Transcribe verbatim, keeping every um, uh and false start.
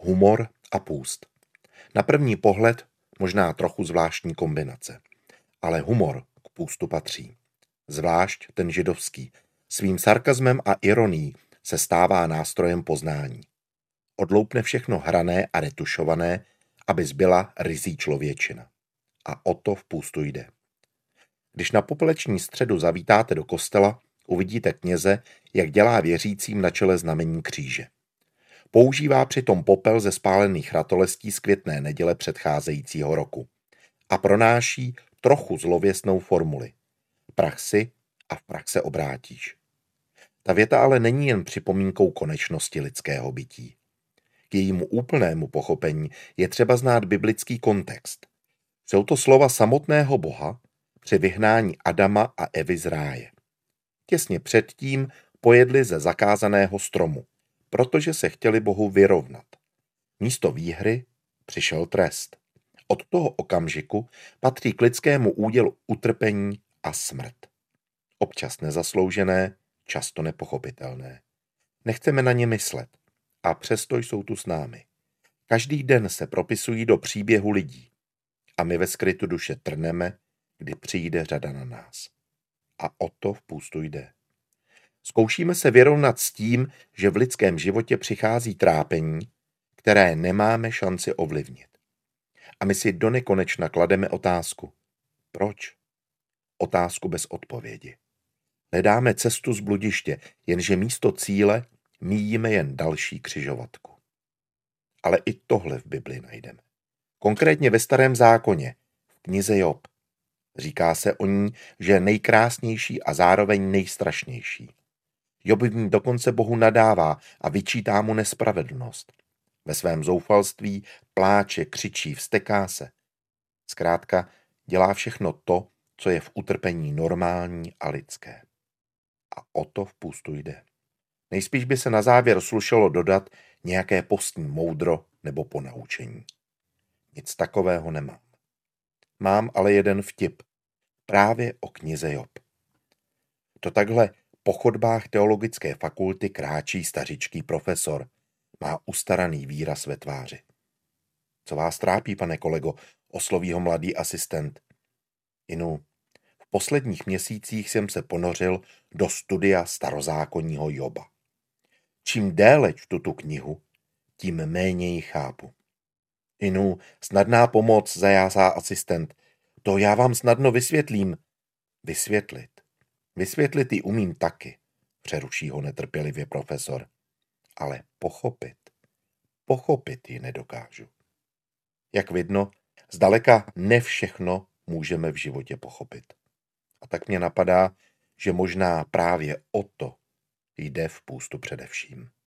Humor a půst. Na první pohled možná trochu zvláštní kombinace, ale humor k půstu patří. Zvlášť ten židovský. Svým sarkazmem a ironií se stává nástrojem poznání. Odloupne všechno hrané a retušované, aby zbyla ryzí člověčina. A o to v půstu jde. Když na popeleční středu zavítáte do kostela, uvidíte kněze, jak dělá věřícím na čele znamení kříže. Používá přitom popel ze spálených ratolestí z květné neděle předcházejícího roku a pronáší trochu zlověstnou formuli. Prach si a v prach se obrátíš. Ta věta ale není jen připomínkou konečnosti lidského bytí. K jejímu úplnému pochopení je třeba znát biblický kontext. Jsou to slova samotného Boha při vyhnání Adama a Evy z ráje. Těsně předtím pojedli ze zakázaného stromu, protože se chtěli Bohu vyrovnat. Místo výhry přišel trest. Od toho okamžiku patří k lidskému údělu utrpení a smrt. Občas nezasloužené, často nepochopitelné. Nechceme na ně myslet, a přesto jsou tu s námi. Každý den se propisují do příběhu lidí a my ve skrytu duše trneme, kdy přijde řada na nás. A o to v půstu jde. Zkoušíme se vyrovnat s tím, že v lidském životě přichází trápení, které nemáme šanci ovlivnit. A my si donekonečna klademe otázku. Proč? Otázku bez odpovědi. Hledáme cestu z bludiště, jenže místo cíle míjíme jen další křižovatku. Ale i tohle v Bibli najdeme. Konkrétně ve Starém zákoně, v knize Job. Říká se o ní, že je nejkrásnější a zároveň nejstrašnější. Job v ní dokonce Bohu nadává a vyčítá mu nespravedlnost. Ve svém zoufalství pláče, křičí, vzteká se. Zkrátka dělá všechno to, co je v utrpení normální a lidské. A o to v půstu jde. Nejspíš by se na závěr slušelo dodat nějaké postní moudro nebo ponaučení. Nic takového nemám. Mám ale jeden vtip. Právě o knize Job. To takhle po chodbách teologické fakulty kráčí stařičký profesor. Má ustaraný výraz ve tváři. Co vás trápí, pane kolego, osloví ho mladý asistent. Inu, v posledních měsících jsem se ponořil do studia starozákonního Joba. Čím déle čtu tu knihu, tím méně ji chápu. Inu, snadná pomoc, zajásá asistent. To já vám snadno vysvětlím. Vysvětlit. Vysvětlit ji umím taky, přeruší ho netrpělivě profesor. Ale pochopit, pochopit ji nedokážu. Jak vidno, zdaleka ne všechno můžeme v životě pochopit. A tak mě napadá, že možná právě o to jde v půstu především.